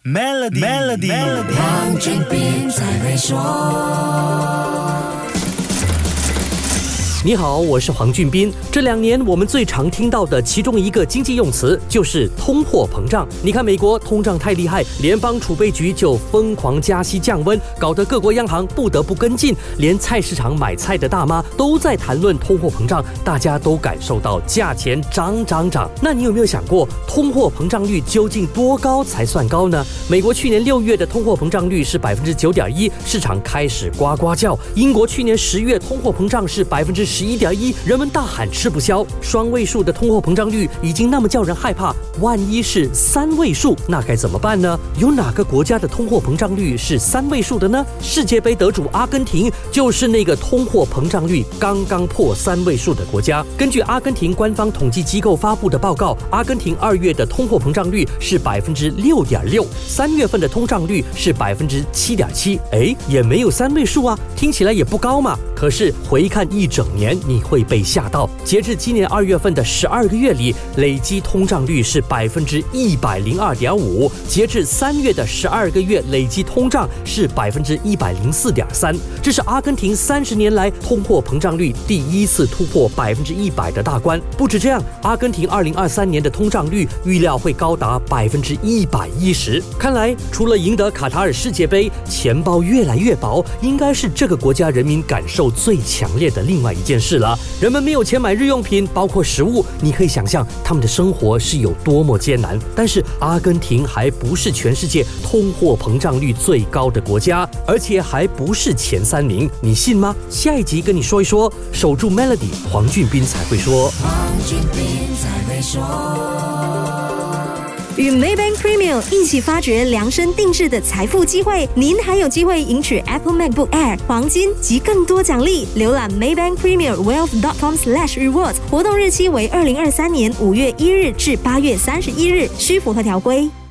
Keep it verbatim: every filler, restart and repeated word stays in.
Melody， Melody， 黄俊斌才会说。 你好，我是黄俊斌。这两年我们最常听到的其中一个经济用词就是通货膨胀。你看美国通胀太厉害，联邦储备局就疯狂加息降温，搞得各国央行不得不跟进，连菜市场买菜的大妈都在谈论通货膨胀，大家都感受到价钱涨涨涨。那你有没有想过，通货膨胀率究竟多高才算高呢？美国去年六月的通货膨胀率是百分之九点一，市场开始呱呱叫。英国去年十月通货膨胀是百分之十一点一，人们大喊吃不消。双位数的通货膨胀率已经那么叫人害怕，万一是三位数，那该怎么办呢？有哪个国家的通货膨胀率是三位数的呢？世界杯得主阿根廷就是那个通货膨胀率刚刚破三位数的国家。根据阿根廷官方统计机构发布的报告，阿根廷二月的通货膨胀率是百分之六点六，三月份的通胀率是百分之七点七，哎，也没有三位数啊，听起来也不高嘛。可是回看一整年，你会被吓到。截至今年二月份的十二个月里，累计通胀率是百分之一百零二点五；截至三月的十二个月，累计通胀是百分之一百零四点三。这是阿根廷三十年来通货膨胀率第一次突破百分之一百的大关。不止这样，阿根廷二零二三年的通胀率预料会高达百分之一百一十。看来，除了赢得卡塔尔世界杯，钱包越来越薄，应该是这个国家人民感受最强烈的另外一件事了。人们没有钱买日用品，包括食物，你可以想象他们的生活是有多么艰难。但是阿根廷还不是全世界通货膨胀率最高的国家，而且还不是前三名，你信吗？下一集跟你说一说。守住 Melody， 黄俊斌才会说。 黄俊斌才会说。 与 Maybank Premium 一起发掘量身定制的财富机会，您还有机会赢取 Apple MacBook Air、黄金及更多奖励。浏览 Maybank Premium Wealth dot com slash rewards， 活动日期为二零二三年五月一日至八月三十一日，需符合条规。